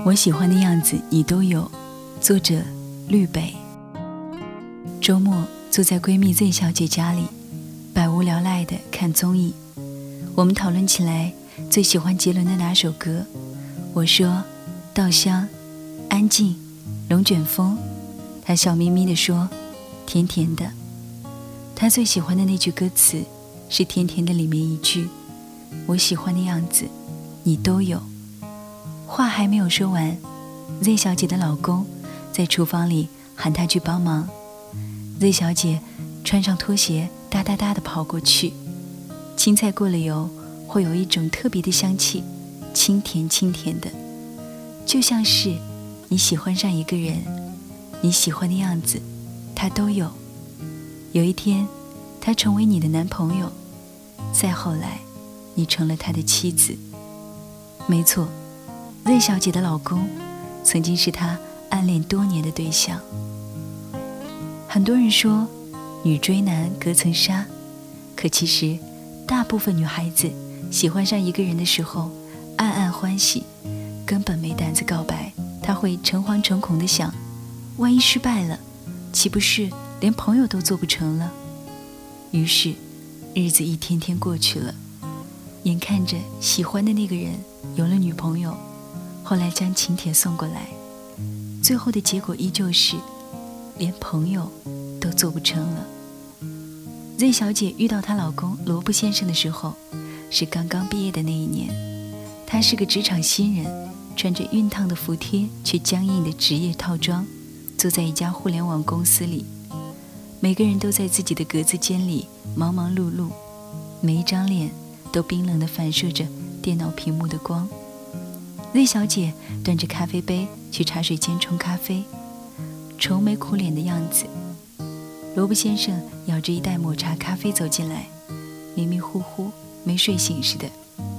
我喜欢的样子你都有，作者绿北。周末坐在闺蜜 Z 小姐家里，百无聊赖地看综艺。我们讨论起来最喜欢杰伦的哪首歌。我说稻香、安静、龙卷风。她笑眯眯地说甜甜的。她最喜欢的那句歌词是甜甜的里面一句，我喜欢的样子你都有。话还没有说完， Z 小姐的老公在厨房里喊她去帮忙。 Z 小姐穿上拖鞋哒哒哒地跑过去。青菜过了油会有一种特别的香气，清甜清甜的，就像是你喜欢上一个人，你喜欢的样子他都有。有一天他成为你的男朋友，再后来你成了他的妻子。没错，Z 小姐的老公曾经是她暗恋多年的对象。很多人说女追男隔层纱，可其实大部分女孩子喜欢上一个人的时候暗暗欢喜，根本没胆子告白。她会诚惶诚恐地想，万一失败了，岂不是连朋友都做不成了？于是日子一天天过去了，眼看着喜欢的那个人有了女朋友，后来将请帖送过来，最后的结果依旧是连朋友都做不成了。 Z 小姐遇到她老公罗布先生的时候是刚刚毕业的那一年，他是个职场新人，穿着熨烫的服帖却僵硬的职业套装，坐在一家互联网公司里。每个人都在自己的格子间里忙忙碌碌，每一张脸都冰冷地反射着电脑屏幕的光。 Z 小姐端着咖啡杯去茶水间冲咖啡，愁眉苦脸的样子。罗布先生咬着一袋抹茶咖啡走进来，迷迷糊糊没睡醒似的。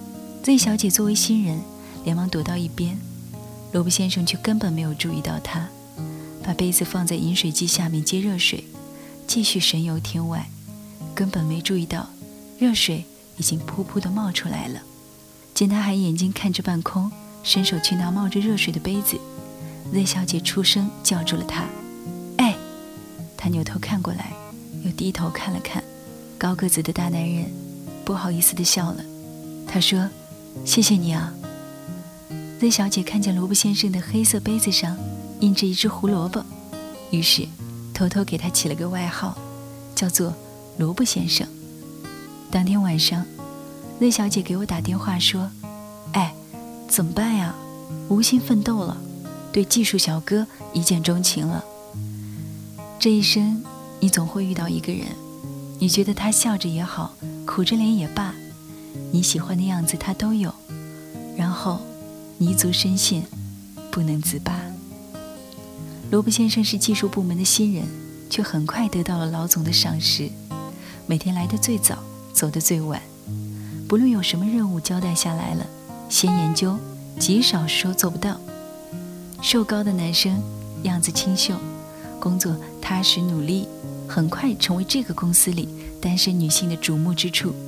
Z 小姐作为新人连忙躲到一边，罗布先生却根本没有注意到她，把杯子放在饮水机下面接热水，继续神游天外，根本没注意到热水已经噗噗地冒出来了。见他还眼睛看着半空，伸手去拿冒着热水的杯子， Z 小姐出声叫住了他。哎！他扭头看过来，又低头看了看，高个子的大男人不好意思地笑了。他说谢谢你啊。 Z 小姐看见罗布先生的黑色杯子上印着一只胡萝卜，于是偷偷给他起了个外号，叫做罗布先生。当天晚上 Z 小姐给我打电话说，哎，怎么办呀？无心奋斗了，对技术小哥一见钟情了。这一生你总会遇到一个人，你觉得他笑着也好，苦着脸也罢，你喜欢的样子他都有，然后泥足深陷，不能自拔。罗布先生是技术部门的新人，却很快得到了老总的赏识，每天来得最早，走得最晚。不论有什么任务交代下来了，先研究，极少说做不到。瘦高的男生，样子清秀，工作踏实努力，很快成为这个公司里单身女性的瞩目之处。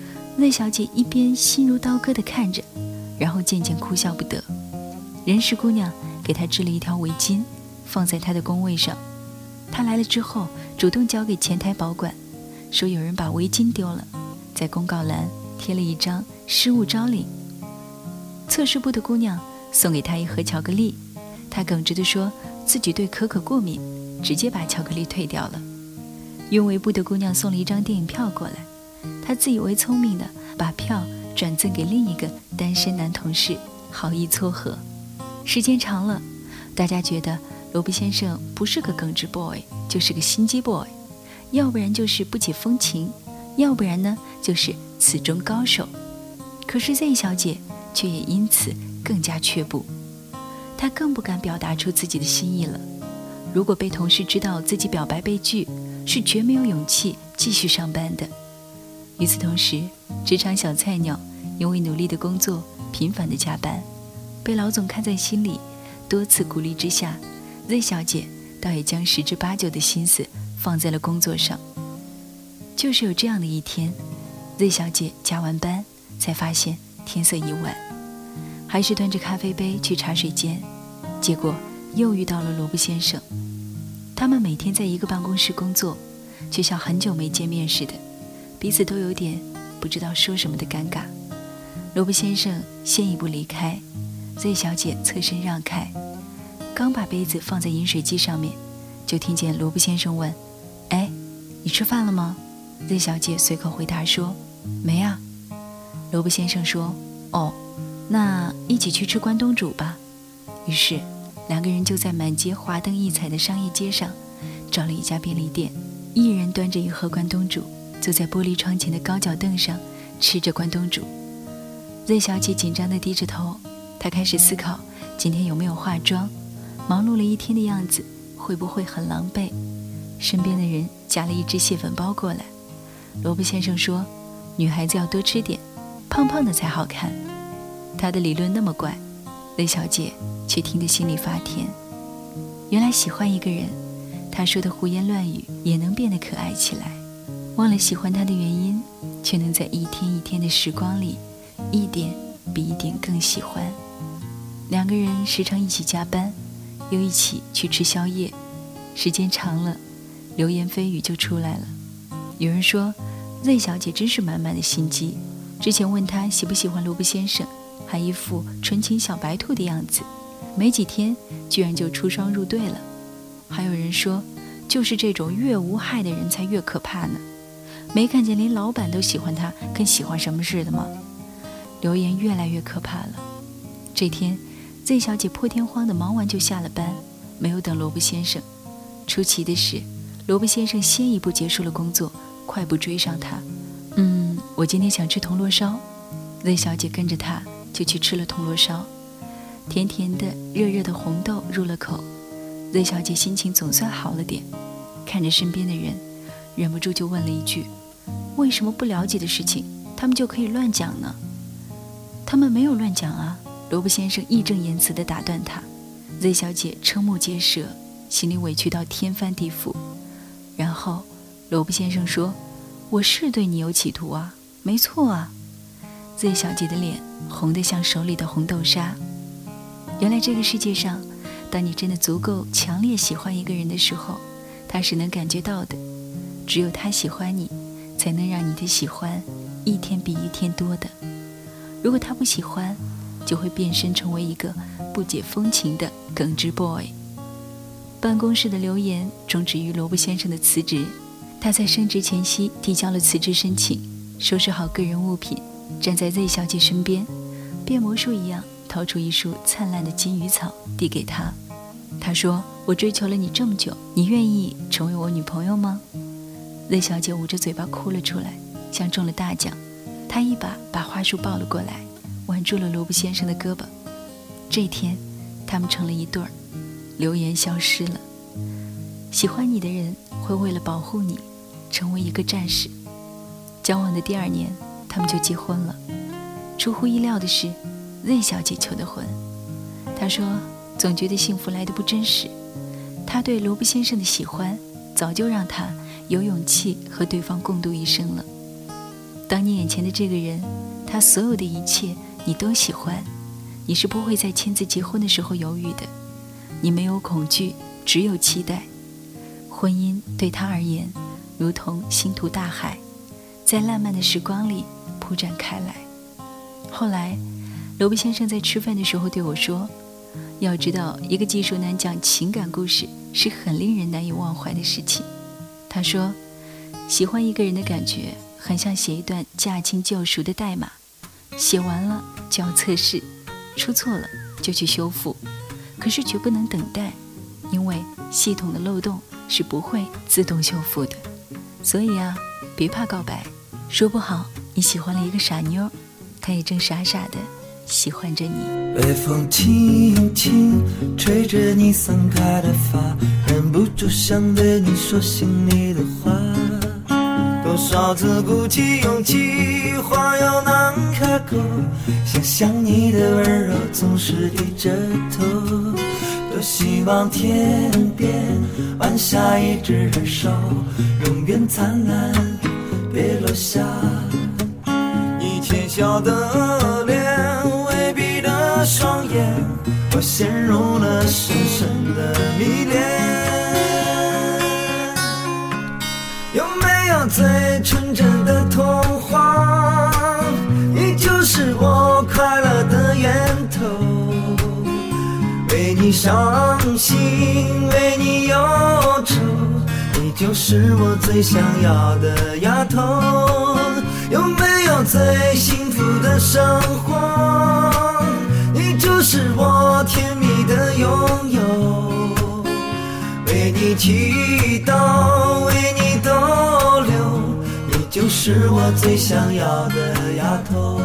Z 小姐一边心如刀割地看着，然后渐渐哭笑不得。人事姑娘给她织了一条围巾，放在她的工位上。她来了之后，主动交给前台保管，说有人把围巾丢了，在公告栏贴了一张失物招领。测试部的姑娘送给她一盒巧克力，她耿直地说自己对可可过敏，直接把巧克力退掉了。运维部的姑娘送了一张电影票过来，她自以为聪明的把票转赠给另一个单身男同事，好意撮合。时间长了，大家觉得罗布先生不是个耿直 boy， 就是个心机 boy， 要不然就是不解风情，要不然呢就是此中高手。可是 Z 小姐却也因此更加却步，她更不敢表达出自己的心意了。如果被同事知道自己表白被拒，是绝没有勇气继续上班的。与此同时，职场小菜鸟因为努力的工作频繁的加班，被老总看在心里，多次鼓励之下， Z 小姐倒也将10之8九的心思放在了工作上。就是有这样的一天， Z 小姐加完班才发现天色已晚， 还是端着咖啡杯去茶水间，结果又遇到了罗布先生。他们每天在一个办公室工作，就像很久没见面似的，彼此都有点不知道说什么的尴尬。罗布先生先一步离开， Z 小姐侧身让开，刚把杯子放在饮水机上面，就听见罗布先生问：哎，你吃饭了吗？ Z 小姐随口回答说：没啊。罗布先生说：哦，那一起去吃关东煮吧。于是两个人就在满街华灯异彩的商业街上找了一家便利店，一人端着一盒关东煮，坐在玻璃窗前的高脚凳上吃着关东煮。 Z 小姐紧张地低着头，她开始思考今天有没有化妆，忙碌了一天的样子会不会很狼狈。身边的人夹了一只蟹粉包过来，罗布先生说：女孩子要多吃点，胖胖的才好看。他的理论那么怪，Z 小姐却听得心里发甜。原来喜欢一个人，他说的胡言乱语也能变得可爱起来。忘了喜欢他的原因，却能在一天一天的时光里一点比一点更喜欢。两个人时常一起加班，又一起去吃宵夜，时间长了，流言蜚语就出来了。有人说 Z 小姐真是满满的心机，之前问她喜不喜欢罗布先生，还一副纯情小白兔的样子，没几天居然就出双入对了。还有人说，就是这种越无害的人才越可怕呢，没看见连老板都喜欢他，跟喜欢什么似的吗？流言越来越可怕了。这天 Z 小姐破天荒的忙完就下了班，没有等罗布先生。出奇的是，罗布先生先一步结束了工作，快步追上他。我今天想吃铜锣烧。 Z 小姐跟着他就去吃了铜锣烧，甜甜的热热的红豆入了口， Z 小姐心情总算好了点。看着身边的人，忍不住就问了一句：为什么不了解的事情他们就可以乱讲呢？他们没有乱讲啊，罗布先生义正言辞地打断他。 Z 小姐瞠目结舌，心里委屈到天翻地覆。然后罗布先生说：我是对你有企图啊，没错啊。 Z 小姐的脸红得像手里的红豆沙。原来这个世界上，当你真的足够强烈喜欢一个人的时候，他是能感觉到的。只有他喜欢你，才能让你的喜欢一天比一天多的。如果他不喜欢，就会变身成为一个不解风情的耿直 boy。 办公室的流言终止于罗布先生的辞职，他在升职前夕递交了辞职申请，收拾好个人物品，站在 Z 小姐身边，变魔术一样掏出一束灿烂的金鱼草递给她。他说：我追求了你这么久，你愿意成为我女朋友吗？ Z 小姐捂着嘴巴哭了出来，像中了大奖。她一把把花束抱了过来，挽住了罗布先生的胳膊。这一天他们成了一对儿，流言消失了。喜欢你的人会为了保护你成为一个战士。交往的第2年，他们就结婚了。出乎意料的是 Z 小姐求的婚。她说总觉得幸福来得不真实，她对罗布先生的喜欢早就让她有勇气和对方共度一生了。当你眼前的这个人，他所有的一切你都喜欢，你是不会在签字结婚的时候犹豫的。你没有恐惧，只有期待。婚姻对他而言如同星途大海，在烂漫的时光里铺展开来。后来罗布先生在吃饭的时候对我说，要知道一个技术男讲情感故事是很令人难以忘怀的事情。他说喜欢一个人的感觉很像写一段驾轻就熟的代码，写完了就要测试，出错了就去修复，可是绝不能等待，因为系统的漏洞是不会自动修复的。所以啊，别怕告白，说不好你喜欢了一个傻妞，她也正傻傻的喜欢着你。 微风轻轻吹着你散开的发，忍不住想对你说心里的话。多少次鼓起勇气，话又难开口，想想你的温柔总是低着头。多希望天边弯下一只人手，永远灿烂别落下。以前笑的脸未必的我陷入了深深的迷恋。有没有最纯真的童话？你就是我快乐的源头。为你伤心，为你忧愁，你就是我最想要的丫头。有没有最幸福的生活？你就是我甜蜜的拥有。为你祈祷，为你逗留，你就是我最想要的丫头。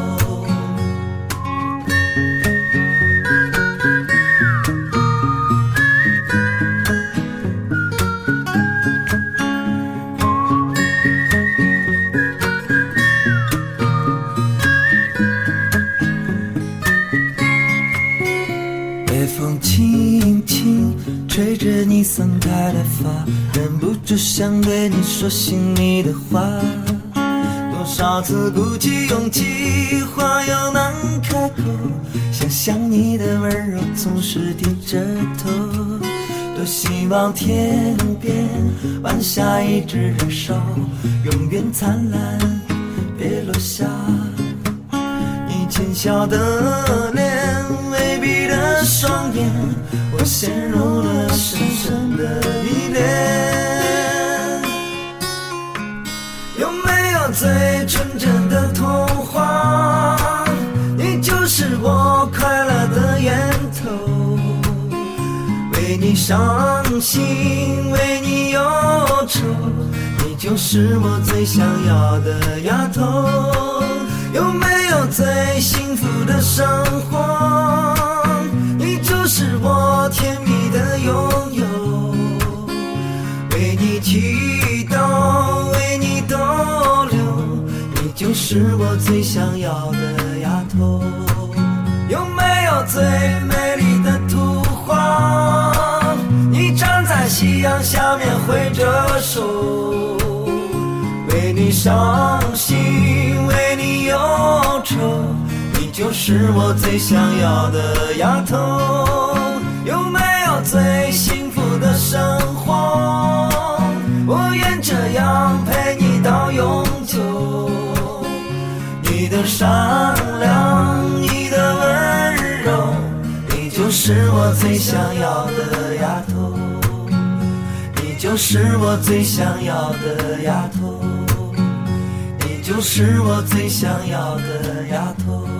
微风轻轻吹着你散开的发，忍不住想对你说心里的话。多少次鼓起勇气，话又难开口，想想你的温柔总是低着头。多希望天边弯下一只热手，永远灿烂别落下。你浅笑的脸，微闭的双眼，我陷入了深深的迷恋。有没有最纯真的童话？你就是我快乐的源头。为你伤心，为你忧愁，你就是我最想要的丫头。有没有最幸福的生活？你就是我甜蜜的拥有。为你祈祷，为你逗留，你就是我最想要的丫头。有没有最美丽的图画？你站在夕阳下面挥着手。为你伤心，为你忧愁，你就是我最想要的丫头。有没有最幸福的生活？我愿这样陪你到永久。你的善良，你的温柔，你就是我最想要的丫头。你就是我最想要的丫头。你就是我最想要的丫头。